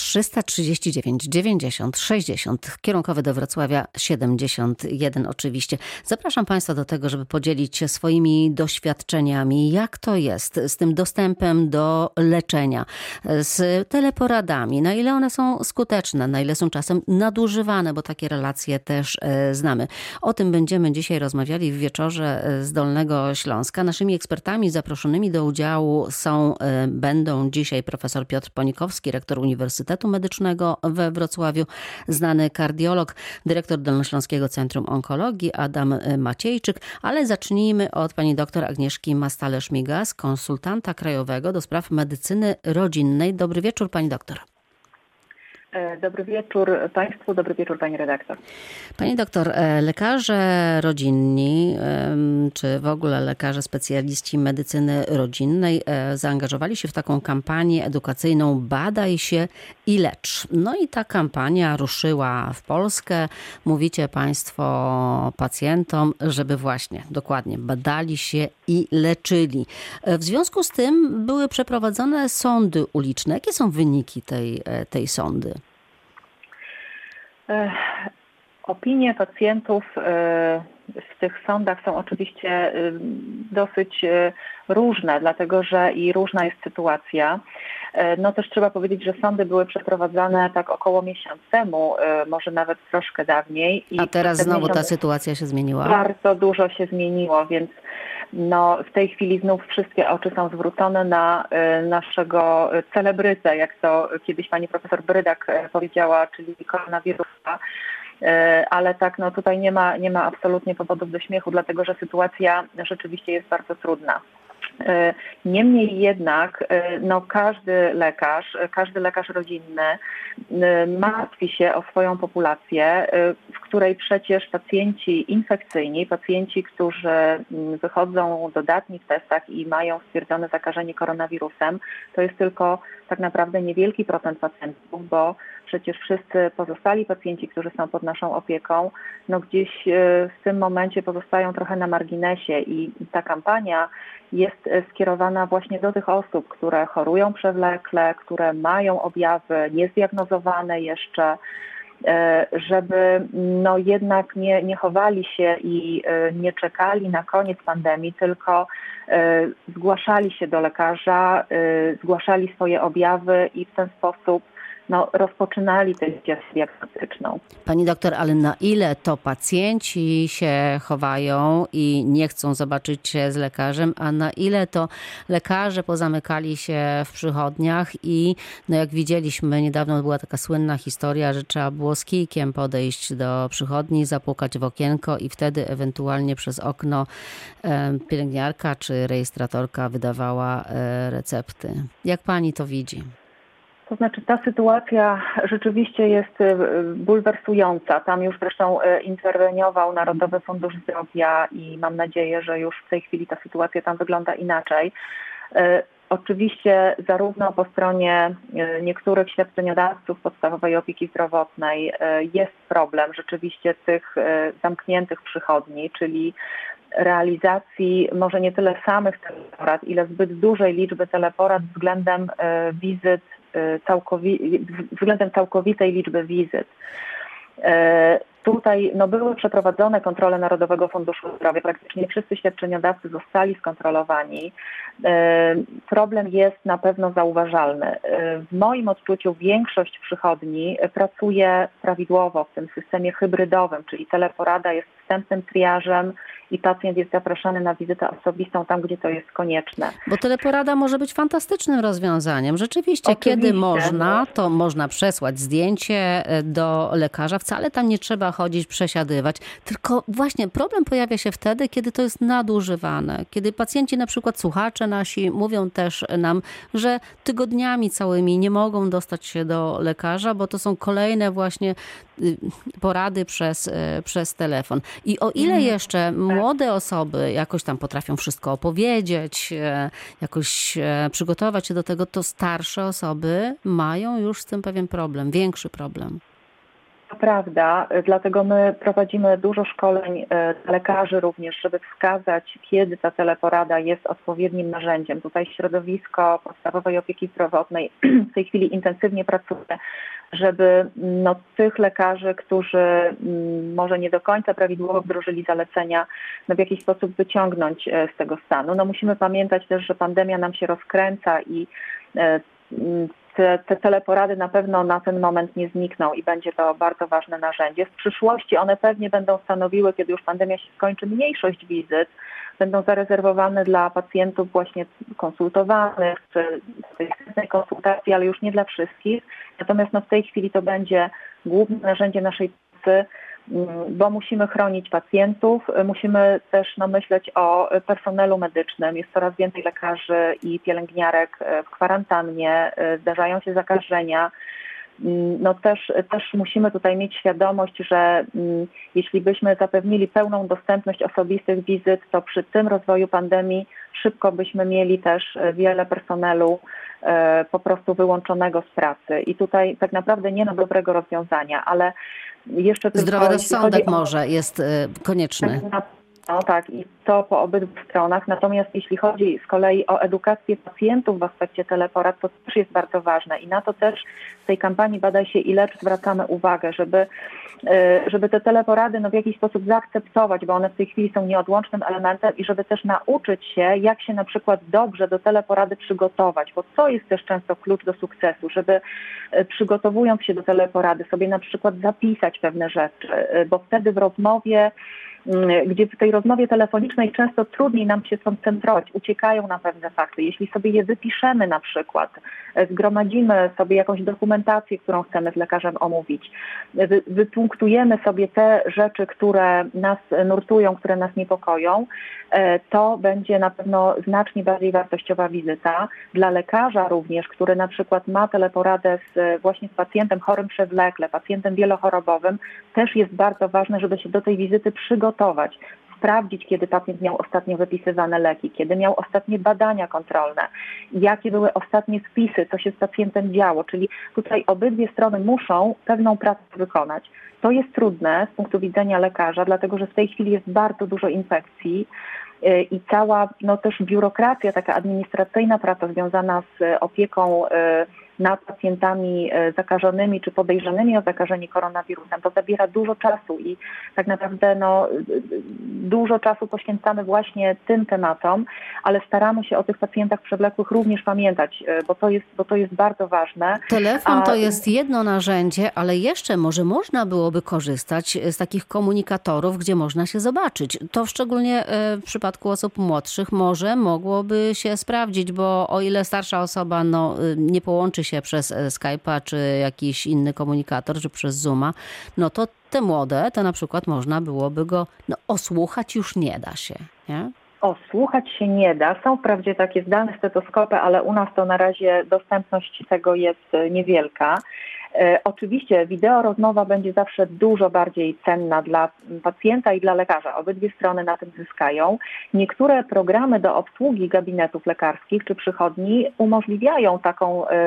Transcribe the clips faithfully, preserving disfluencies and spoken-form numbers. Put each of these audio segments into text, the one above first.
trzysta trzydzieści dziewięć dziewięćdziesiąt sześćdziesiąt, kierunkowy do Wrocławia siedemdziesiąt jeden oczywiście. Zapraszam Państwa do tego, żeby podzielić się swoimi doświadczeniami. Jak to jest z tym dostępem do leczenia, z teleporadami, na ile one są skuteczne, na ile są czasem nadużywane, bo takie relacje też znamy. O tym będziemy dzisiaj rozmawiali w wieczorze z Dolnego Śląska. Naszymi ekspertami zaproszonymi do udziału są, będą dzisiaj profesor Piotr Ponikowski, rektor Uniwersytetu Medycznego we Wrocławiu, znany kardiolog, dyrektor Dolnośląskiego Centrum Onkologii Adam Maciejczyk, ale zacznijmy od pani doktor Agnieszki Mastale-Szmigas, konsultanta krajowego do spraw medycyny rodzinnej. Dobry wieczór, pani doktor. Dobry wieczór Państwu, dobry wieczór Pani redaktor. Pani doktor, lekarze rodzinni, czy w ogóle lekarze specjaliści medycyny rodzinnej zaangażowali się w taką kampanię edukacyjną Badaj się i lecz. No i ta kampania ruszyła w Polskę. Mówicie Państwo pacjentom, żeby właśnie dokładnie badali się i leczyli. W związku z tym były przeprowadzone sądy uliczne. Jakie są wyniki tej, tej sądy? Opinie pacjentów w tych sądach są oczywiście dosyć różne, dlatego że i różna jest sytuacja. No też trzeba powiedzieć, że sądy były przeprowadzane tak około miesiąc temu, może nawet troszkę dawniej. I A teraz znowu ta sytuacja się zmieniła? Bardzo dużo się zmieniło, więc no, w tej chwili znów wszystkie oczy są zwrócone na naszego celebrytę, jak to kiedyś pani profesor Brydak powiedziała, czyli koronawirusa. Ale tak, no tutaj nie ma, nie ma absolutnie powodów do śmiechu, dlatego że sytuacja rzeczywiście jest bardzo trudna. Niemniej jednak no, każdy lekarz, każdy lekarz rodzinny martwi się o swoją populację, w której przecież pacjenci infekcyjni, pacjenci, którzy wychodzą dodatni w testach i mają stwierdzone zakażenie koronawirusem, to jest tylko tak naprawdę niewielki procent pacjentów, bo przecież wszyscy pozostali pacjenci, którzy są pod naszą opieką, no gdzieś w tym momencie pozostają trochę na marginesie i ta kampania jest skierowana właśnie do tych osób, które chorują przewlekle, które mają objawy niezdiagnozowane jeszcze, żeby no jednak nie, nie chowali się i nie czekali na koniec pandemii, tylko zgłaszali się do lekarza, zgłaszali swoje objawy i w ten sposób no, rozpoczynali tę ścieżkę diagnostyczną. Pani doktor, ale na ile to pacjenci się chowają i nie chcą zobaczyć się z lekarzem, a na ile to lekarze pozamykali się w przychodniach i no jak widzieliśmy, niedawno była taka słynna historia, że trzeba było z kijkiem podejść do przychodni, zapukać w okienko i wtedy ewentualnie przez okno pielęgniarka czy rejestratorka wydawała recepty. Jak pani to widzi? To znaczy ta sytuacja rzeczywiście jest bulwersująca. Tam już zresztą interweniował Narodowy Fundusz Zdrowia i mam nadzieję, że już w tej chwili ta sytuacja tam wygląda inaczej. Oczywiście zarówno po stronie niektórych świadczeniodawców podstawowej opieki zdrowotnej jest problem rzeczywiście tych zamkniętych przychodni, czyli realizacji może nie tyle samych teleporad, ile zbyt dużej liczby teleporad względem wizyt, całkowi- względem całkowitej liczby wizyt. Tutaj no, były przeprowadzone kontrole Narodowego Funduszu Zdrowia. Praktycznie wszyscy świadczeniodawcy zostali skontrolowani. Problem jest na pewno zauważalny. W moim odczuciu większość przychodni pracuje prawidłowo w tym systemie hybrydowym, czyli teleporada jest wstępnym triażem i pacjent jest zapraszany na wizytę osobistą tam, gdzie to jest konieczne. Bo teleporada może być fantastycznym rozwiązaniem. Rzeczywiście, Oczywiście, kiedy można, to można przesłać zdjęcie do lekarza. Wcale tam nie trzeba chodzić, przesiadywać. Tylko właśnie problem pojawia się wtedy, kiedy to jest nadużywane. Kiedy pacjenci, na przykład słuchacze nasi, mówią też nam, że tygodniami całymi nie mogą dostać się do lekarza, bo to są kolejne właśnie porady przez, przez telefon. I o ile jeszcze młode osoby jakoś tam potrafią wszystko opowiedzieć, jakoś przygotować się do tego, to starsze osoby mają już z tym pewien problem, większy problem. prawda, dlatego my prowadzimy dużo szkoleń lekarzy również, żeby wskazać, kiedy ta teleporada jest odpowiednim narzędziem. Tutaj środowisko podstawowej opieki zdrowotnej w tej chwili intensywnie pracuje, żeby no, tych lekarzy, którzy m, może nie do końca prawidłowo wdrożyli zalecenia, no, w jakiś sposób wyciągnąć e, z tego stanu. No, musimy pamiętać też, że pandemia nam się rozkręca i e, te, te teleporady na pewno na ten moment nie znikną i będzie to bardzo ważne narzędzie. W przyszłości one pewnie będą stanowiły, kiedy już pandemia się skończy, mniejszość wizyt, będą zarezerwowane dla pacjentów właśnie konsultowanych, czy tej konsultacji, ale już nie dla wszystkich. Natomiast no, w tej chwili to będzie główne narzędzie naszej pracy, bo musimy chronić pacjentów, musimy też no, myśleć o personelu medycznym. Jest coraz więcej lekarzy i pielęgniarek w kwarantannie, zdarzają się zakażenia. No też, też musimy tutaj mieć świadomość, że um, jeśli byśmy zapewnili pełną dostępność osobistych wizyt, to przy tym rozwoju pandemii szybko byśmy mieli też wiele personelu e, po prostu wyłączonego z pracy. I tutaj tak naprawdę nie ma dobrego rozwiązania, ale jeszcze tylko... Zdrowy rozsądek może jest y, konieczny. No tak, i to po obydwu stronach. Natomiast jeśli chodzi z kolei o edukację pacjentów w aspekcie teleporad, to też jest bardzo ważne i na to też w tej kampanii Badaj się i lecz zwracamy uwagę, żeby, żeby te teleporady no, w jakiś sposób zaakceptować, bo one w tej chwili są nieodłącznym elementem i żeby też nauczyć się, jak się na przykład dobrze do teleporady przygotować, bo to jest też często klucz do sukcesu, żeby przygotowując się do teleporady sobie na przykład zapisać pewne rzeczy, bo wtedy w rozmowie gdzie w tej rozmowie telefonicznej często trudniej nam się skoncentrować, uciekają nam pewne fakty. Jeśli sobie je wypiszemy na przykład, zgromadzimy sobie jakąś dokumentację, którą chcemy z lekarzem omówić, wy, wypunktujemy sobie te rzeczy, które nas nurtują, które nas niepokoją, to będzie na pewno znacznie bardziej wartościowa wizyta. Dla lekarza również, który na przykład ma teleporadę z, właśnie z pacjentem chorym przewlekle, pacjentem wielochorobowym, też jest bardzo ważne, żeby się do tej wizyty przygotować. Sprawdzić, kiedy pacjent miał ostatnio wypisywane leki, kiedy miał ostatnie badania kontrolne, jakie były ostatnie wpisy, co się z pacjentem działo. Czyli tutaj obydwie strony muszą pewną pracę wykonać. To jest trudne z punktu widzenia lekarza, dlatego że w tej chwili jest bardzo dużo infekcji i cała no, też biurokracja, taka administracyjna praca związana z opieką nad pacjentami zakażonymi czy podejrzanymi o zakażenie koronawirusem, to zabiera dużo czasu i tak naprawdę no, dużo czasu poświęcamy właśnie tym tematom, ale staramy się o tych pacjentach przewlekłych również pamiętać, bo to jest, bo to jest bardzo ważne. Telefon to jest jedno narzędzie, ale jeszcze może można byłoby korzystać z takich komunikatorów, gdzie można się zobaczyć. To szczególnie w przypadku osób młodszych może mogłoby się sprawdzić, bo o ile starsza osoba no, nie połączy się przez Skype'a czy jakiś inny komunikator, czy przez Zooma, no to te młode, to na przykład można byłoby go no, osłuchać już nie da się, nie? Osłuchać się nie da. Są wprawdzie takie zdalne stetoskopy, ale u nas to na razie dostępność tego jest niewielka. E, oczywiście wideo rozmowa będzie zawsze dużo bardziej cenna dla pacjenta i dla lekarza. Obydwie strony na tym zyskają. Niektóre programy do obsługi gabinetów lekarskich czy przychodni umożliwiają taką e,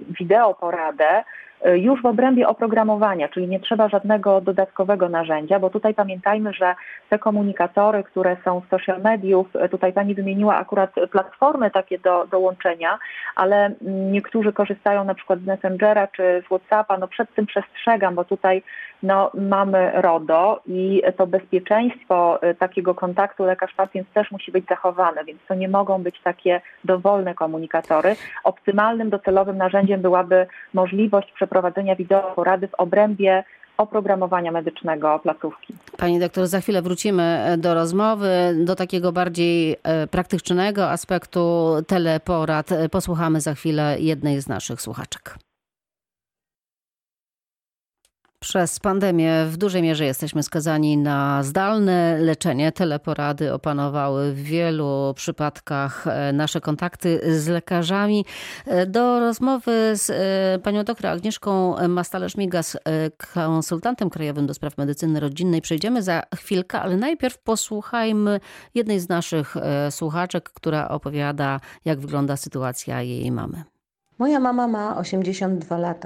wideoporadę już w obrębie oprogramowania, czyli nie trzeba żadnego dodatkowego narzędzia, bo tutaj pamiętajmy, że te komunikatory, które są z social mediów, tutaj Pani wymieniła akurat platformy takie do, do łączenia, ale niektórzy korzystają na przykład z Messengera czy z WhatsAppa, no przed tym przestrzegam, bo tutaj no, mamy RODO i to bezpieczeństwo takiego kontaktu lekarz-pacjent też musi być zachowane, więc to nie mogą być takie dowolne komunikatory. Optymalnym, docelowym narzędziem byłaby możliwość przeprowadzenia wideoporady w obrębie oprogramowania medycznego placówki. Pani doktor, za chwilę wrócimy do rozmowy, do takiego bardziej praktycznego aspektu teleporad. Posłuchamy za chwilę jednej z naszych słuchaczek. Przez pandemię w dużej mierze jesteśmy skazani na zdalne leczenie. Teleporady opanowały w wielu przypadkach nasze kontakty z lekarzami. Do rozmowy z panią doktor Agnieszką Mastalerz-Migas, konsultantem krajowym do spraw medycyny rodzinnej, przejdziemy za chwilkę, ale najpierw posłuchajmy jednej z naszych słuchaczek, która opowiada, jak wygląda sytuacja jej mamy. Moja mama ma osiemdziesiąt dwa lata.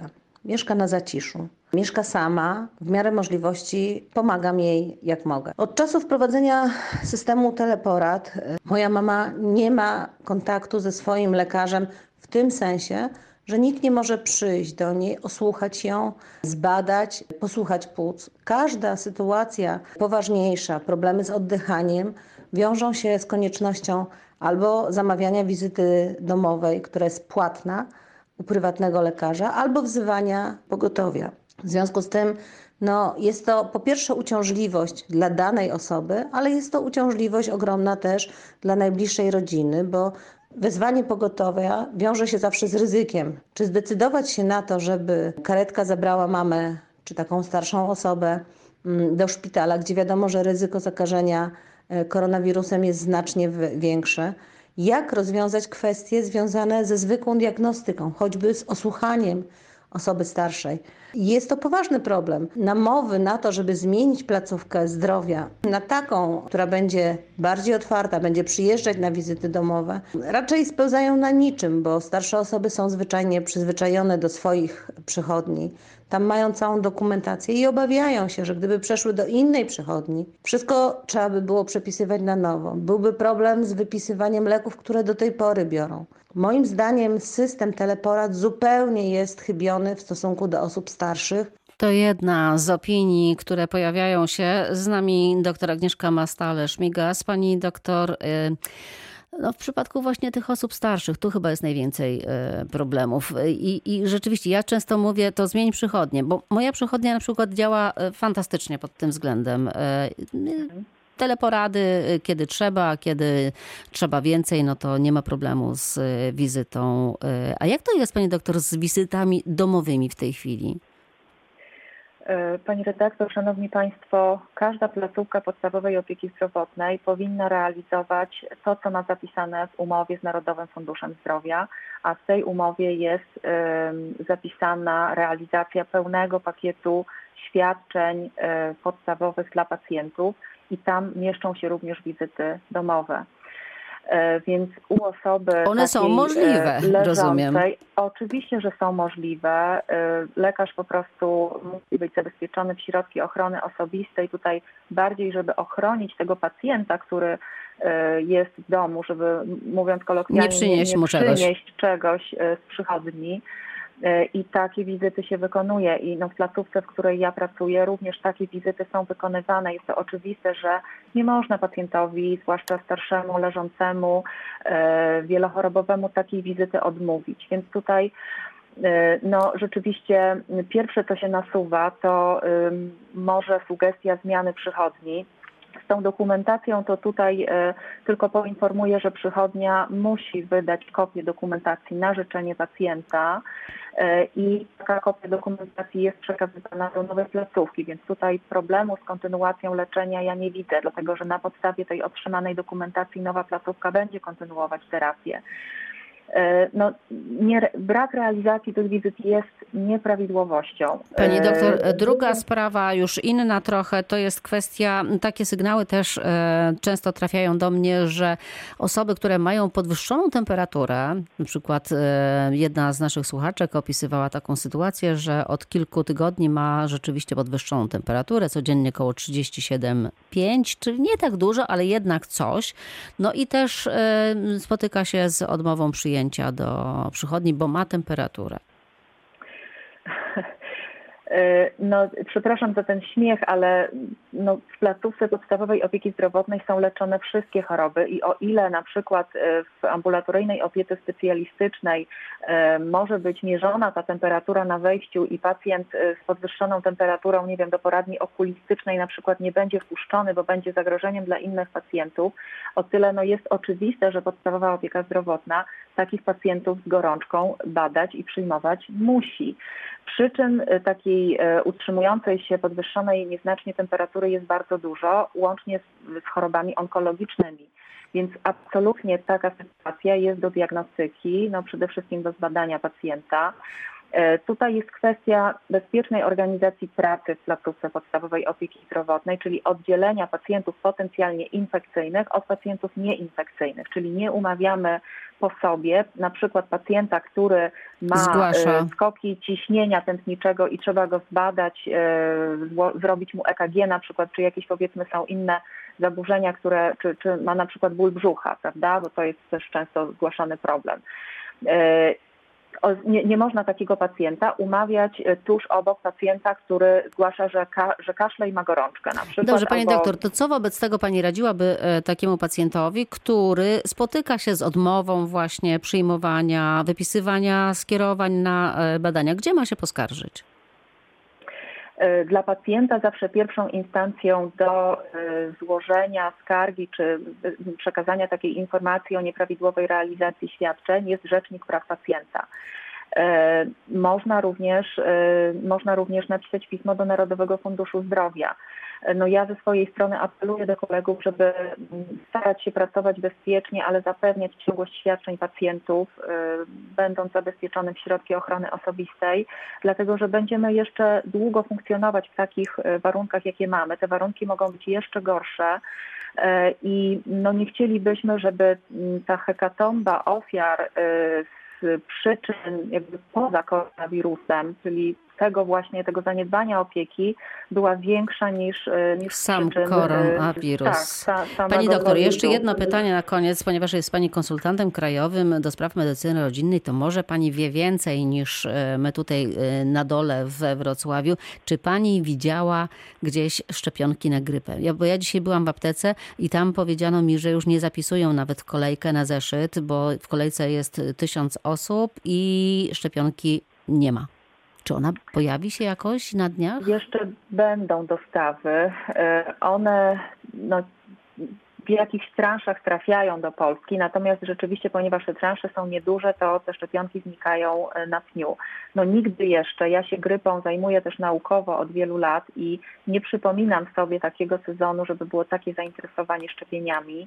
mieszka na zaciszu. Mieszka sama, w miarę możliwości pomagam jej jak mogę. Od czasu wprowadzenia systemu teleporad moja mama nie ma kontaktu ze swoim lekarzem w tym sensie, że nikt nie może przyjść do niej, osłuchać ją, zbadać, posłuchać płuc. Każda sytuacja poważniejsza, problemy z oddychaniem wiążą się z koniecznością albo zamawiania wizyty domowej, która jest płatna u prywatnego lekarza, albo wzywania pogotowia. W związku z tym no, jest to po pierwsze uciążliwość dla danej osoby, ale jest to uciążliwość ogromna też dla najbliższej rodziny, bo wezwanie pogotowia wiąże się zawsze z ryzykiem. Czy zdecydować się na to, żeby karetka zabrała mamę czy taką starszą osobę do szpitala, gdzie wiadomo, że ryzyko zakażenia koronawirusem jest znacznie większe. Jak rozwiązać kwestie związane ze zwykłą diagnostyką, choćby z osłuchaniem osoby starszej. Jest to poważny problem. Namowy na to, żeby zmienić placówkę zdrowia na taką, która będzie bardziej otwarta, będzie przyjeżdżać na wizyty domowe, raczej spełzają na niczym, bo starsze osoby są zwyczajnie przyzwyczajone do swoich przychodni. Tam mają całą dokumentację i obawiają się, że gdyby przeszły do innej przychodni, wszystko trzeba by było przepisywać na nowo. Byłby problem z wypisywaniem leków, które do tej pory biorą. Moim zdaniem system teleporad zupełnie jest chybiony w stosunku do osób starszych. To jedna z opinii, które pojawiają się. Z nami doktor Agnieszka Mastalerz-Migas. Pani doktor, no w przypadku właśnie tych osób starszych, tu chyba jest najwięcej problemów. I, I rzeczywiście, ja często mówię, to zmień przychodnię, bo moja przychodnia na przykład działa fantastycznie pod tym względem. Teleporady, kiedy trzeba, kiedy trzeba więcej, no to nie ma problemu z wizytą. A jak to jest, pani doktor, z wizytami domowymi w tej chwili? Pani redaktor, szanowni państwo, każda placówka podstawowej opieki zdrowotnej powinna realizować to, co ma zapisane w umowie z Narodowym Funduszem Zdrowia, a w tej umowie jest zapisana realizacja pełnego pakietu świadczeń podstawowych dla pacjentów i tam mieszczą się również wizyty domowe. Więc u osoby One są możliwe, leżącej, rozumiem. Oczywiście, że są możliwe. Lekarz po prostu musi być zabezpieczony w środki ochrony osobistej. Tutaj bardziej, żeby ochronić tego pacjenta, który jest w domu, żeby, mówiąc kolokwialnie, nie przynieść, nie, mu nie przynieść czegoś. czegoś z przychodni. I takie wizyty się wykonuje i no w placówce, w której ja pracuję, również takie wizyty są wykonywane. Jest to oczywiste, że nie można pacjentowi, zwłaszcza starszemu, leżącemu, e, wielochorobowemu takiej wizyty odmówić. Więc tutaj e, no rzeczywiście pierwsze, co się nasuwa, to e, może sugestia zmiany przychodni. Z tą dokumentacją to tutaj e, tylko poinformuję, że przychodnia musi wydać kopię dokumentacji na życzenie pacjenta e, i taka kopia dokumentacji jest przekazywana do nowej placówki, więc tutaj problemu z kontynuacją leczenia ja nie widzę, dlatego że na podstawie tej otrzymanej dokumentacji nowa placówka będzie kontynuować terapię. No, nie, brak realizacji tych wizyt jest nieprawidłowością. Pani doktor, druga sprawa, już inna trochę, to jest kwestia, takie sygnały też często trafiają do mnie, że osoby, które mają podwyższoną temperaturę, na przykład jedna z naszych słuchaczek opisywała taką sytuację, że od kilku tygodni ma rzeczywiście podwyższoną temperaturę, codziennie około trzydzieści siedem przecinek pięć, czyli nie tak dużo, ale jednak coś. No i też spotyka się z odmową przyjęcia do przychodni, bo ma temperaturę. No, przepraszam za ten śmiech, ale no, w placówce podstawowej opieki zdrowotnej są leczone wszystkie choroby i o ile na przykład w ambulatoryjnej opiece specjalistycznej może być mierzona ta temperatura na wejściu i pacjent z podwyższoną temperaturą, nie wiem, do poradni okulistycznej na przykład nie będzie wpuszczony, bo będzie zagrożeniem dla innych pacjentów, o tyle no, jest oczywiste, że podstawowa opieka zdrowotna takich pacjentów z gorączką badać i przyjmować musi. Przyczyn takiej utrzymującej się podwyższonej nieznacznie temperatury jest bardzo dużo, łącznie z, z chorobami onkologicznymi. Więc absolutnie taka sytuacja jest do diagnostyki, no przede wszystkim do zbadania pacjenta. Tutaj jest kwestia bezpiecznej organizacji pracy w placówce podstawowej opieki zdrowotnej, czyli oddzielenia pacjentów potencjalnie infekcyjnych od pacjentów nieinfekcyjnych, czyli nie umawiamy po sobie, na przykład pacjenta, który ma Zgłasza. skoki ciśnienia tętniczego i trzeba go zbadać, zrobić mu E K G na przykład, czy jakieś powiedzmy są inne zaburzenia, które, czy, czy ma na przykład ból brzucha, prawda, bo to jest też często zgłaszany problem. Nie, nie można takiego pacjenta umawiać tuż obok pacjenta, który zgłasza, że, ka, że kaszle i ma gorączkę na przykład. Dobrze, pani albo... doktor, to co wobec tego pani radziłaby takiemu pacjentowi, który spotyka się z odmową właśnie przyjmowania, wypisywania skierowań na badania? Gdzie ma się poskarżyć? Dla pacjenta zawsze pierwszą instancją do złożenia skargi czy przekazania takiej informacji o nieprawidłowej realizacji świadczeń jest Rzecznik Praw Pacjenta. Można również, można również napisać pismo do Narodowego Funduszu Zdrowia. No ja ze swojej strony apeluję do kolegów, żeby starać się pracować bezpiecznie, ale zapewniać ciągłość świadczeń pacjentów, będąc zabezpieczonym w środki ochrony osobistej, dlatego że będziemy jeszcze długo funkcjonować w takich warunkach, jakie mamy. Te warunki mogą być jeszcze gorsze i no nie chcielibyśmy, żeby ta hekatomba ofiar z przyczyn jakby poza koronawirusem, czyli tego właśnie, tego zaniedbania opieki była większa niż, niż sam przyczyn, koronawirus. Tak, sa, Pani doktor, jeszcze wirusu. jedno pytanie na koniec, ponieważ jest pani konsultantem krajowym do spraw medycyny rodzinnej, to może pani wie więcej niż my tutaj na dole we Wrocławiu. Czy pani widziała gdzieś szczepionki na grypę? Ja, bo ja dzisiaj byłam w aptece i tam powiedziano mi, że już nie zapisują nawet kolejkę na zeszyt, bo w kolejce jest tysiąc osób i szczepionki nie ma. Czy ona pojawi się jakoś na dniach? Jeszcze będą dostawy. One no, w jakichś transzach trafiają do Polski, natomiast rzeczywiście, ponieważ te transze są nieduże, to te szczepionki znikają na pniu. No nigdy jeszcze, ja się grypą zajmuję też naukowo od wielu lat i nie przypominam sobie takiego sezonu, żeby było takie zainteresowanie szczepieniami,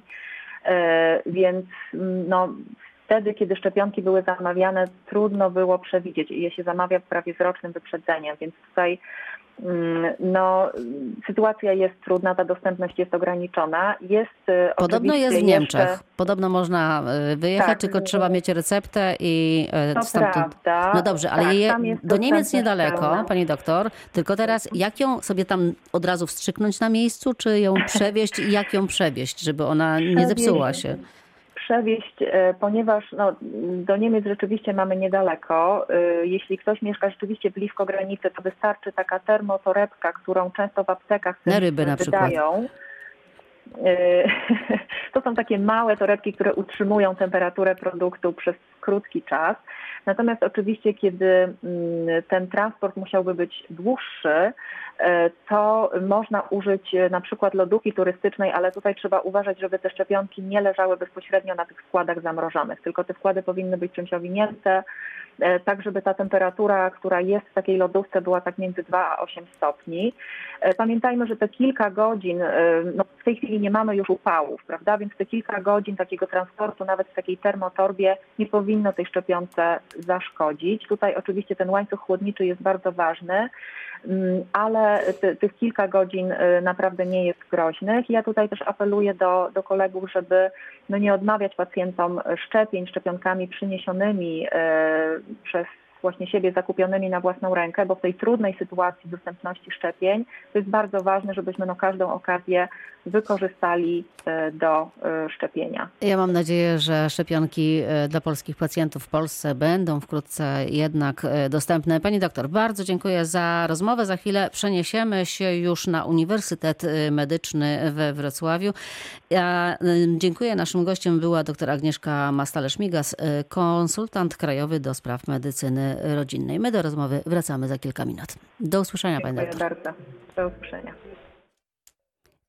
więc no wtedy, kiedy szczepionki były zamawiane, trudno było przewidzieć. Je się zamawia prawie z rocznym wyprzedzeniem, więc tutaj no, sytuacja jest trudna, ta dostępność jest ograniczona. Jest Podobno jest w Niemczech. Jeszcze... Podobno można wyjechać, tak, tylko trzeba mieć receptę i to stamtąd... prawda. No dobrze, ale tak, je... do Niemiec niedaleko, pełna. pani doktor, tylko teraz jak ją sobie tam od razu wstrzyknąć na miejscu, czy ją przewieźć i jak ją przewieźć, żeby ona nie zepsuła się? Przewieźć, ponieważ no, do Niemiec rzeczywiście mamy niedaleko. Jeśli ktoś mieszka rzeczywiście blisko granicy, to wystarczy taka termotorebka, którą często w aptekach na ryby na przykład. wydają. To są takie małe torebki, które utrzymują temperaturę produktu przez krótki czas. Natomiast oczywiście, kiedy ten transport musiałby być dłuższy, to można użyć na przykład lodówki turystycznej, ale tutaj trzeba uważać, żeby te szczepionki nie leżały bezpośrednio na tych składach zamrożonych, tylko te składy powinny być czymś owinięte, tak żeby ta temperatura, która jest w takiej lodówce, była tak między dwa a osiem stopni. Pamiętajmy, że te kilka godzin, no w tej chwili nie mamy już upałów, prawda, więc te kilka godzin takiego transportu, nawet w takiej termotorbie, nie powinno tej szczepionce zaszkodzić. Tutaj oczywiście ten łańcuch chłodniczy jest bardzo ważny, ale ty, tych kilka godzin naprawdę nie jest groźnych. Ja tutaj też apeluję do, do kolegów, żeby no nie odmawiać pacjentom szczepień szczepionkami przyniesionymi przez właśnie siebie, zakupionymi na własną rękę, bo w tej trudnej sytuacji dostępności szczepień to jest bardzo ważne, żebyśmy no każdą okazję wykorzystali do szczepienia. Ja mam nadzieję, że szczepionki dla polskich pacjentów w Polsce będą wkrótce jednak dostępne. Pani doktor, bardzo dziękuję za rozmowę. Za chwilę przeniesiemy się już na Uniwersytet Medyczny we Wrocławiu. Ja dziękuję. Naszym gościem była dr Agnieszka Mastalerz-Migas, konsultant krajowy do spraw medycyny rodzinnej. My do rozmowy wracamy za kilka minut. Do usłyszenia, pani doktor. Dziękuję bardzo. Do usłyszenia.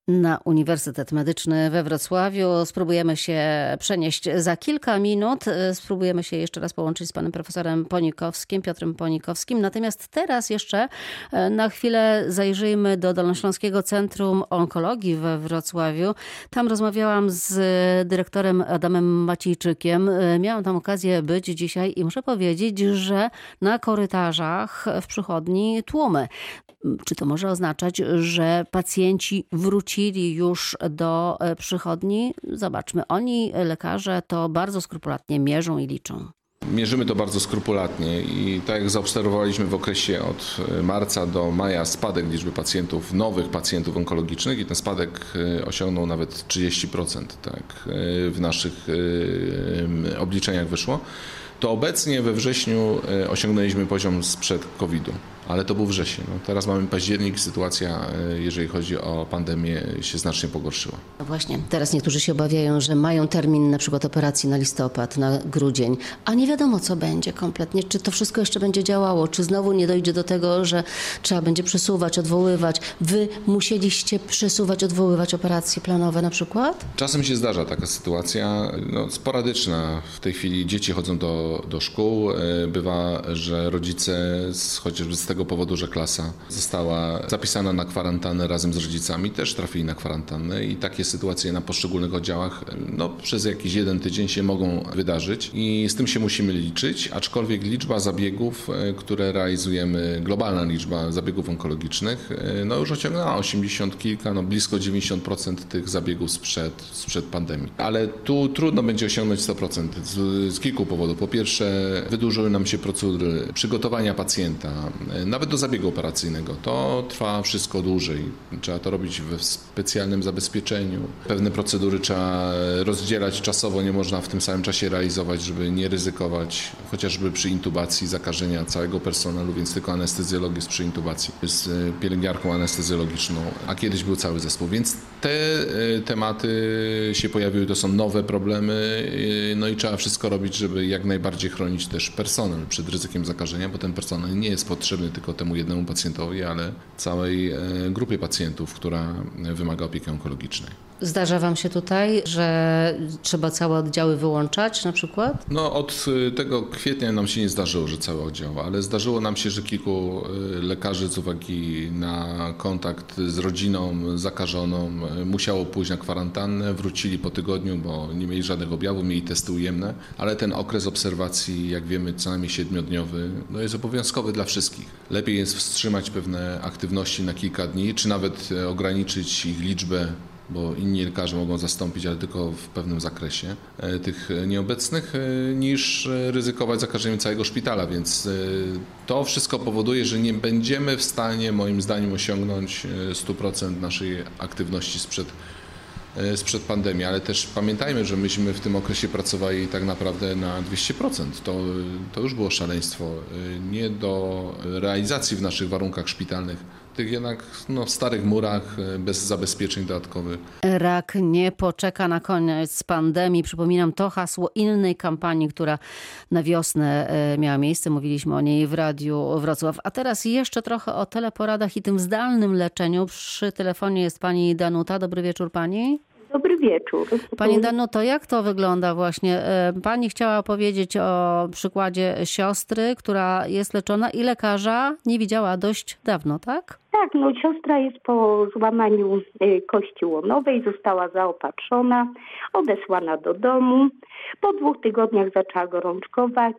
Na Uniwersytet Medyczny we Wrocławiu. Spróbujemy się przenieść za kilka minut. Spróbujemy się jeszcze raz połączyć z panem profesorem Ponikowskim, Piotrem Ponikowskim. Natomiast teraz jeszcze na chwilę zajrzyjmy do Dolnośląskiego Centrum Onkologii we Wrocławiu. Tam rozmawiałam z dyrektorem Adamem Maciejczykiem. Miałam tam okazję być dzisiaj i muszę powiedzieć, że na korytarzach w przychodni tłumy. Czy to może oznaczać, że pacjenci wrócili już do przychodni? Zobaczmy, oni, lekarze, to bardzo skrupulatnie mierzą i liczą. Mierzymy to bardzo skrupulatnie i tak jak zaobserwowaliśmy w okresie od marca do maja spadek liczby pacjentów, nowych pacjentów onkologicznych i ten spadek osiągnął nawet trzydzieści procent, tak w naszych obliczeniach wyszło, to obecnie we wrześniu osiągnęliśmy poziom sprzed kowida. Ale to był wrzesień. No, teraz mamy październik, sytuacja, jeżeli chodzi o pandemię, się znacznie pogorszyła. No właśnie, teraz niektórzy się obawiają, że mają termin na przykład operacji na listopad, na grudzień, a nie wiadomo co będzie kompletnie. Czy to wszystko jeszcze będzie działało, czy znowu nie dojdzie do tego, że trzeba będzie przesuwać, odwoływać. Wy musieliście przesuwać, odwoływać operacje planowe na przykład? Czasem się zdarza taka sytuacja, no, sporadyczna. W tej chwili dzieci chodzą do, do szkół. Bywa, że rodzice z, chociażby z tego powodu, że klasa została zapisana na kwarantannę razem z rodzicami, też trafili na kwarantannę i takie sytuacje na poszczególnych oddziałach no, przez jakiś jeden tydzień się mogą wydarzyć i z tym się musimy liczyć, aczkolwiek liczba zabiegów, które realizujemy, globalna liczba zabiegów onkologicznych, no już osiągnęła osiemdziesiąt kilka, no blisko dziewięćdziesiąt procent tych zabiegów sprzed, sprzed pandemii. Ale tu trudno będzie osiągnąć sto procent z, z kilku powodów. Po pierwsze, wydłużyły nam się procedury przygotowania pacjenta, nawet do zabiegu operacyjnego. To trwa wszystko dłużej. Trzeba to robić w specjalnym zabezpieczeniu. Pewne procedury trzeba rozdzielać czasowo, nie można w tym samym czasie realizować, żeby nie ryzykować, chociażby przy intubacji zakażenia całego personelu, więc tylko anestezjolog jest przy intubacji z pielęgniarką anestezjologiczną, a kiedyś był cały zespół. Więc te tematy się pojawiły, to są nowe problemy, no i trzeba wszystko robić, żeby jak najbardziej chronić też personel przed ryzykiem zakażenia, bo ten personel nie jest potrzebny tylko temu jednemu pacjentowi, ale całej grupie pacjentów, która wymaga opieki onkologicznej. Zdarza wam się tutaj, że trzeba całe oddziały wyłączać na przykład? No od tego kwietnia nam się nie zdarzyło, że całe oddziały, ale zdarzyło nam się, że kilku lekarzy z uwagi na kontakt z rodziną zakażoną musiało pójść na kwarantannę, wrócili po tygodniu, bo nie mieli żadnych objawów, mieli testy ujemne, ale ten okres obserwacji, jak wiemy, co najmniej siedmiodniowy, no jest obowiązkowy dla wszystkich. Lepiej jest wstrzymać pewne aktywności na kilka dni, czy nawet ograniczyć ich liczbę, bo inni lekarze mogą zastąpić, ale tylko w pewnym zakresie tych nieobecnych, niż ryzykować zakażeniem całego szpitala, więc to wszystko powoduje, że nie będziemy w stanie, moim zdaniem, osiągnąć stu procent naszej aktywności sprzed, sprzed pandemii, ale też pamiętajmy, że myśmy w tym okresie pracowali tak naprawdę na dwieście procent. To, to już było szaleństwo. Nie do realizacji w naszych warunkach szpitalnych, tych jednak no, w starych murach, bez zabezpieczeń dodatkowych. Rak nie poczeka na koniec pandemii. Przypominam to hasło innej kampanii, która na wiosnę miała miejsce. Mówiliśmy o niej w Radiu Wrocław. A teraz jeszcze trochę o teleporadach i tym zdalnym leczeniu. Przy telefonie jest pani Danuta. Dobry wieczór pani. Dobry wieczór. Pani Danuto, jak to wygląda właśnie? Pani chciała powiedzieć o przykładzie siostry, która jest leczona i lekarza nie widziała dość dawno, tak? Tak, no siostra jest po złamaniu kości łonowej, została zaopatrzona, odesłana do domu. Po dwóch tygodniach zaczęła gorączkować.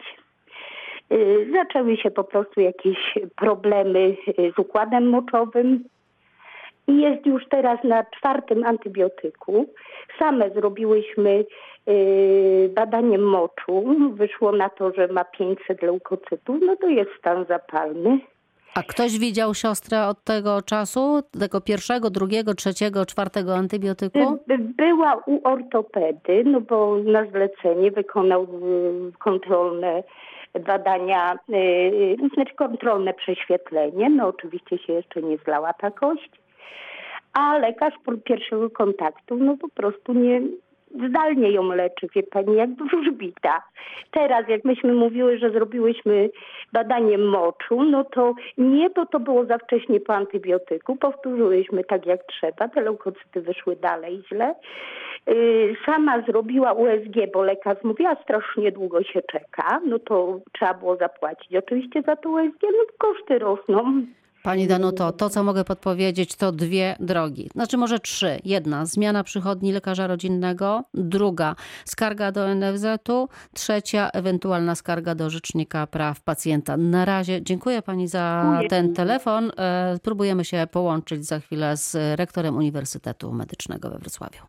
Zaczęły się po prostu jakieś problemy z układem moczowym. I jest już teraz na czwartym antybiotyku. Same zrobiłyśmy yy, badanie moczu. Wyszło na to, że ma pięćset leukocytów. No to jest stan zapalny. A ktoś widział siostrę od tego czasu? Tego pierwszego, drugiego, trzeciego, czwartego antybiotyku? By, była u ortopedy, no bo na zlecenie wykonał yy, kontrolne badania, yy, znaczy kontrolne prześwietlenie. No oczywiście się jeszcze nie zlała ta kość. A lekarz po pierwszego kontaktu no po prostu nie, zdalnie ją leczy, wie pani, jakby wróżbita. Teraz jak myśmy mówiły, że zrobiłyśmy badanie moczu, no to nie, bo to było za wcześnie po antybiotyku. Powtórzyłyśmy tak jak trzeba, te leukocyty wyszły dalej źle. Yy, sama zrobiła U S G, bo lekarz mówiła, strasznie długo się czeka, no to trzeba było zapłacić oczywiście za to U S G, no koszty rosną. Pani Danuto, to co mogę podpowiedzieć to dwie drogi, znaczy może trzy. Jedna, zmiana przychodni lekarza rodzinnego, druga, skarga do N F Z u, trzecia, ewentualna skarga do Rzecznika Praw Pacjenta. Na razie dziękuję pani za Dziękuję. ten telefon. Spróbujemy się połączyć za chwilę z rektorem Uniwersytetu Medycznego we Wrocławiu.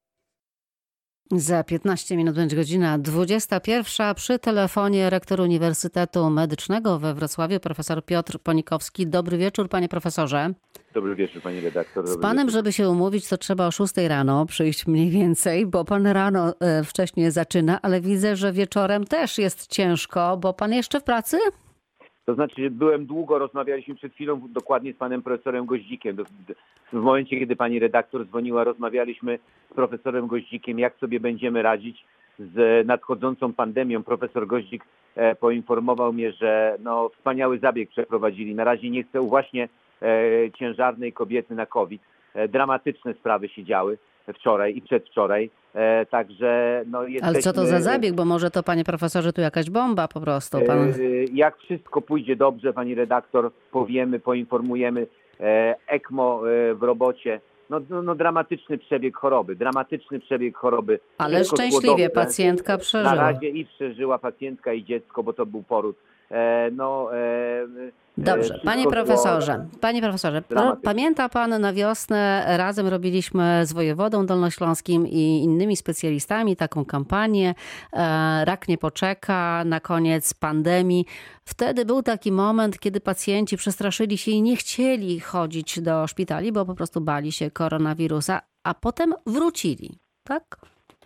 Za piętnaście minut będzie godzina dwudziesta pierwsza. Przy telefonie rektor Uniwersytetu Medycznego we Wrocławiu, profesor Piotr Ponikowski. Dobry wieczór, panie profesorze. Dobry wieczór, pani redaktor. Z panem, żeby się umówić, to trzeba o szóstej rano przyjść mniej więcej, bo pan rano e, wcześniej zaczyna, ale widzę, że wieczorem też jest ciężko, bo pan jeszcze w pracy? To znaczy, byłem długo, rozmawialiśmy przed chwilą dokładnie z panem profesorem Goździkiem. W momencie, kiedy pani redaktor dzwoniła, rozmawialiśmy z profesorem Goździkiem, jak sobie będziemy radzić z nadchodzącą pandemią. Profesor Goździk e, poinformował mnie, że no, wspaniały zabieg przeprowadzili. Na razie nie chcę właśnie e, ciężarnej kobiety na COVID. E, dramatyczne sprawy się działy wczoraj i przedwczoraj. E, także no jesteśmy... Ale co to za zabieg? Bo może to, panie profesorze, tu jakaś bomba po prostu. Pan... E, jak wszystko pójdzie dobrze, pani redaktor, powiemy, poinformujemy. E, ECMO e, w robocie. No, no, no dramatyczny przebieg choroby. Dramatyczny przebieg choroby. Ale szczęśliwie pacjentka przeżyła. Na razie i przeżyła pacjentka i dziecko, bo to był poród. E, no... E, Dobrze, panie profesorze, panie profesorze, pamięta pan, na wiosnę razem robiliśmy z wojewodą dolnośląskim i innymi specjalistami taką kampanię Rak nie poczeka, na koniec pandemii. Wtedy był taki moment, kiedy pacjenci przestraszyli się i nie chcieli chodzić do szpitali, bo po prostu bali się koronawirusa, a potem wrócili, tak?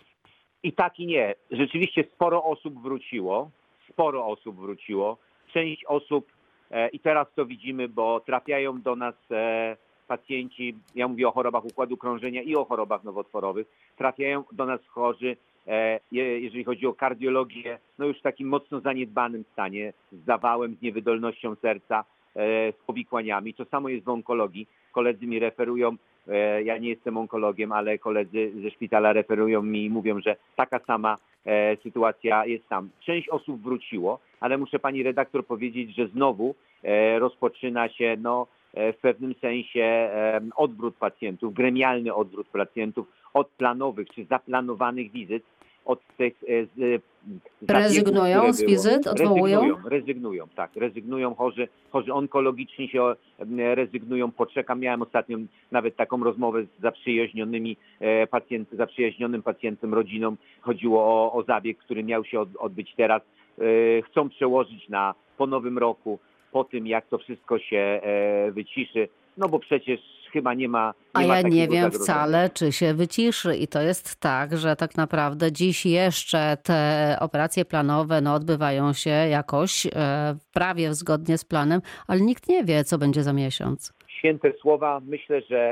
I tak i nie. Rzeczywiście sporo osób wróciło, sporo osób wróciło. Część osób i teraz to widzimy, bo trafiają do nas pacjenci, ja mówię o chorobach układu krążenia i o chorobach nowotworowych, trafiają do nas chorzy, jeżeli chodzi o kardiologię, no już w takim mocno zaniedbanym stanie, z zawałem, z niewydolnością serca, z powikłaniami. To samo jest w onkologii. Koledzy mi referują, ja nie jestem onkologiem, ale koledzy ze szpitala referują mi i mówią, że taka sama e, sytuacja jest tam. Część osób wróciło, ale muszę pani redaktor powiedzieć, że znowu e, rozpoczyna się no, e, w pewnym sensie e, odwrót pacjentów, gremialny odwrót pacjentów od planowych czy zaplanowanych wizyt, od tych e, z, rezygnują z wizyt, odwołują? Rezygnują, rezygnują, tak, rezygnują chorzy, chorzy onkologiczni się rezygnują, poczekam. Miałem ostatnio nawet taką rozmowę z zaprzyjaźnionymi pacjent, zaprzyjaźnionym pacjentem, rodziną. Chodziło o, o zabieg, który miał się odbyć teraz. Chcą przełożyć na po nowym roku, po tym jak to wszystko się wyciszy, no bo przecież chyba nie ma... Nie A ma ja nie wiem zagrożenia. wcale, czy się wyciszy. I to jest tak, że tak naprawdę dziś jeszcze te operacje planowe no, odbywają się jakoś e, prawie zgodnie z planem, ale nikt nie wie, co będzie za miesiąc. Święte słowa. Myślę, że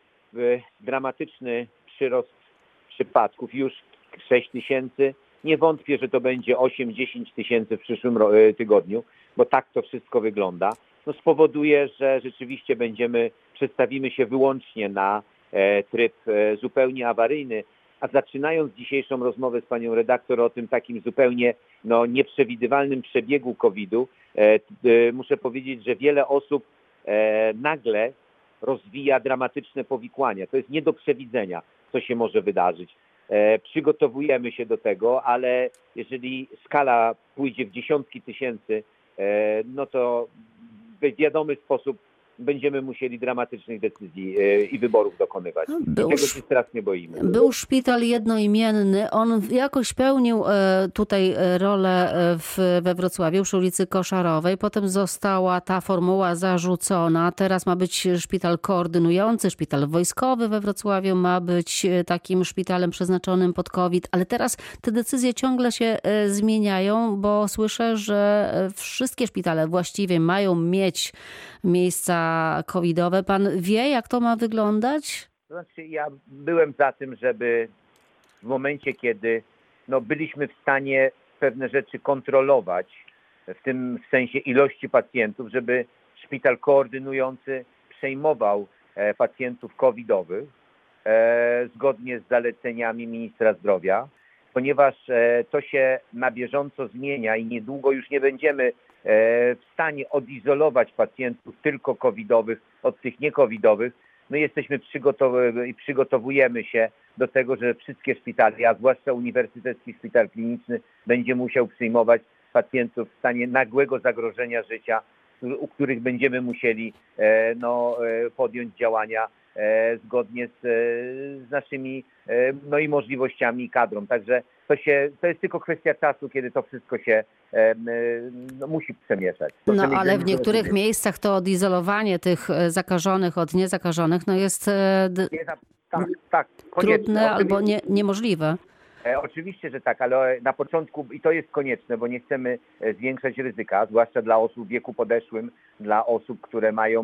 dramatyczny przyrost przypadków, już sześć tysięcy. Nie wątpię, że to będzie osiem dziesięć tysięcy w przyszłym tygodniu, bo tak to wszystko wygląda. No spowoduje, że rzeczywiście będziemy, przestawimy się wyłącznie na e, tryb e, zupełnie awaryjny, a zaczynając dzisiejszą rozmowę z panią redaktor o tym takim zupełnie no, nieprzewidywalnym przebiegu kowida, e, e, muszę powiedzieć, że wiele osób e, nagle rozwija dramatyczne powikłania. To jest nie do przewidzenia, co się może wydarzyć. E, przygotowujemy się do tego, ale jeżeli skala pójdzie w dziesiątki tysięcy, e, no to w wiadomy sposób będziemy musieli dramatycznych decyzji i wyborów dokonywać. Był, I tego się strasznie boimy. Był szpital jednoimienny. On jakoś pełnił tutaj rolę w, we Wrocławiu przy ulicy Koszarowej. Potem została ta formuła zarzucona. Teraz ma być szpital koordynujący. Szpital wojskowy we Wrocławiu ma być takim szpitalem przeznaczonym pod COVID. Ale teraz te decyzje ciągle się zmieniają, bo słyszę, że wszystkie szpitale właściwie mają mieć miejsca covidowe. Pan wie, jak to ma wyglądać? To znaczy, ja byłem za tym, żeby w momencie, kiedy no, byliśmy w stanie pewne rzeczy kontrolować, w tym w sensie ilości pacjentów, żeby szpital koordynujący przejmował e, pacjentów covidowych e, zgodnie z zaleceniami ministra zdrowia, ponieważ e, to się na bieżąco zmienia i niedługo już nie będziemy e, w stanie odizolować pacjentów tylko covidowych od tych niecovidowych. My jesteśmy przygotow- i przygotowujemy się do tego, że wszystkie szpitale, a zwłaszcza Uniwersytecki Szpital Kliniczny, będzie musiał przyjmować pacjentów w stanie nagłego zagrożenia życia, u których będziemy musieli e, no, e, podjąć działania e, zgodnie z, e, z naszymi e, no i możliwościami i kadrą. Także to, się, to jest tylko kwestia czasu, kiedy to wszystko się e, e, no, musi przemieszać. To no ale w niektórych miejscach to odizolowanie tych zakażonych od niezakażonych no jest e, d- tak, tak, trudne albo nie, niemożliwe. E, oczywiście, że tak, ale na początku, i to jest konieczne, bo nie chcemy zwiększać ryzyka, zwłaszcza dla osób w wieku podeszłym, dla osób, które mają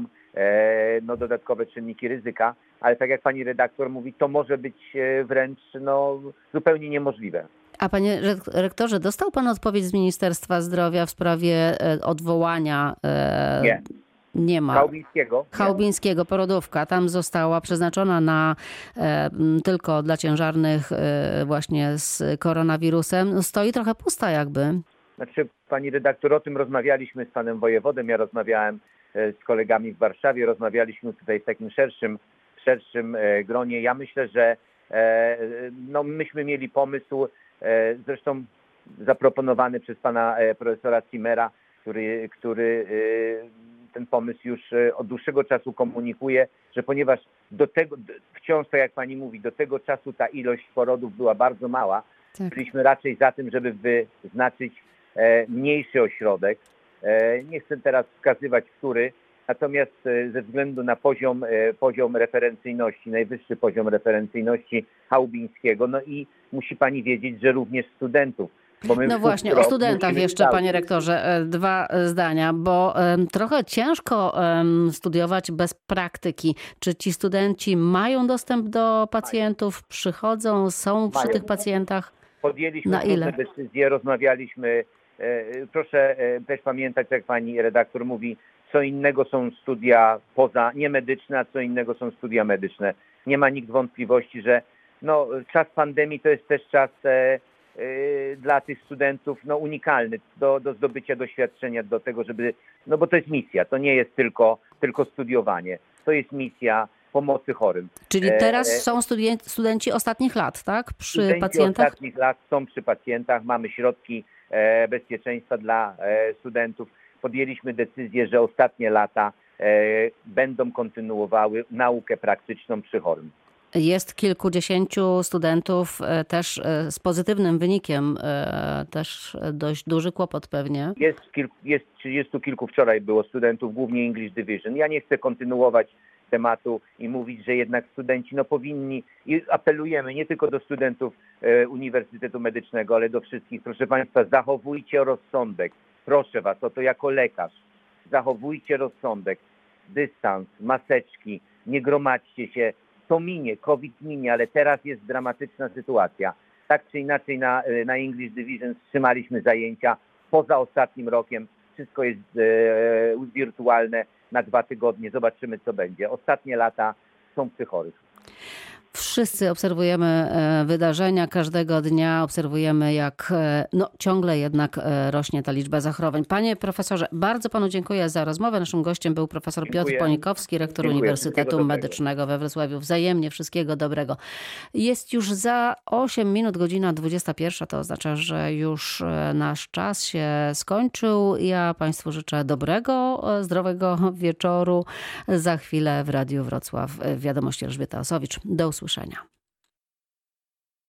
e, no, dodatkowe czynniki ryzyka, ale tak jak pani redaktor mówi, to może być e, wręcz no, zupełnie niemożliwe. A panie rektorze, dostał pan odpowiedź z Ministerstwa Zdrowia w sprawie e, odwołania? E, nie. Nie ma. Chałubińskiego. Chałubińskiego, porodówka. Tam została przeznaczona na e, tylko dla ciężarnych e, właśnie z koronawirusem. No, stoi trochę pusta jakby. Znaczy, pani redaktor, o tym rozmawialiśmy z panem wojewodem, ja rozmawiałem e, z kolegami w Warszawie, rozmawialiśmy tutaj w takim szerszym, szerszym e, gronie. Ja myślę, że e, no, myśmy mieli pomysł, e, zresztą zaproponowany przez pana e, profesora Zimmera, który, który e, ten pomysł już od dłuższego czasu komunikuje, że ponieważ do tego, wciąż tak jak pani mówi, do tego czasu ta ilość porodów była bardzo mała, tak. Byliśmy raczej za tym, żeby wyznaczyć e, mniejszy ośrodek. E, nie chcę teraz wskazywać, który, natomiast e, ze względu na poziom, e, poziom referencyjności, najwyższy poziom referencyjności chałubińskiego, no i musi pani wiedzieć, że również studentów. No właśnie, o studentach jeszcze, panie rektorze, dwa zdania, bo um, trochę ciężko um, studiować bez praktyki. Czy ci studenci mają dostęp do pacjentów, przychodzą, są przy mają. tych pacjentach? Podjęliśmy Na ile? decyzje, rozmawialiśmy. E, proszę e, też pamiętać, jak pani redaktor mówi, co innego są studia poza niemedyczne, a co innego są studia medyczne. Nie ma nikt wątpliwości, że no, czas pandemii to jest też czas e, dla tych studentów no, unikalny do, do zdobycia doświadczenia, do tego, żeby, no bo to jest misja, to nie jest tylko, tylko studiowanie, to jest misja pomocy chorym. Czyli teraz e, są studi- studenci ostatnich lat, tak? Przy studenci pacjentach? ostatnich lat są przy pacjentach, mamy środki e, bezpieczeństwa dla e, studentów. Podjęliśmy decyzję, że ostatnie lata e, będą kontynuowały naukę praktyczną przy chorym. Jest kilkudziesięciu studentów też z pozytywnym wynikiem, też dość duży kłopot pewnie. Jest, kilku, jest trzydziestu kilku, wczoraj było studentów, głównie English Division. Ja nie chcę kontynuować tematu i mówić, że jednak studenci no, powinni, i apelujemy nie tylko do studentów e, Uniwersytetu Medycznego, ale do wszystkich. Proszę państwa, zachowujcie rozsądek. Proszę was o to jako lekarz. Zachowujcie rozsądek, dystans, maseczki, nie gromadźcie się. To minie, COVID minie, ale teraz jest dramatyczna sytuacja. Tak czy inaczej na, na English Division wstrzymaliśmy zajęcia. Poza ostatnim rokiem wszystko jest e, wirtualne na dwa tygodnie. Zobaczymy, co będzie. Ostatnie lata są przy chorych. Wszyscy obserwujemy wydarzenia każdego dnia, obserwujemy jak no, ciągle jednak rośnie ta liczba zachorowań. Panie profesorze, bardzo panu dziękuję za rozmowę. Naszym gościem był profesor dziękuję. Piotr Ponikowski, rektor dziękuję. Uniwersytetu Medycznego we Wrocławiu. Wzajemnie wszystkiego dobrego. Jest już za osiem minut, godzina dwudziesta pierwsza. To oznacza, że już nasz czas się skończył. Ja państwu życzę dobrego, zdrowego wieczoru. Za chwilę w Radiu Wrocław Wiadomości Elżbieta Osowicz. Do usłyszenia.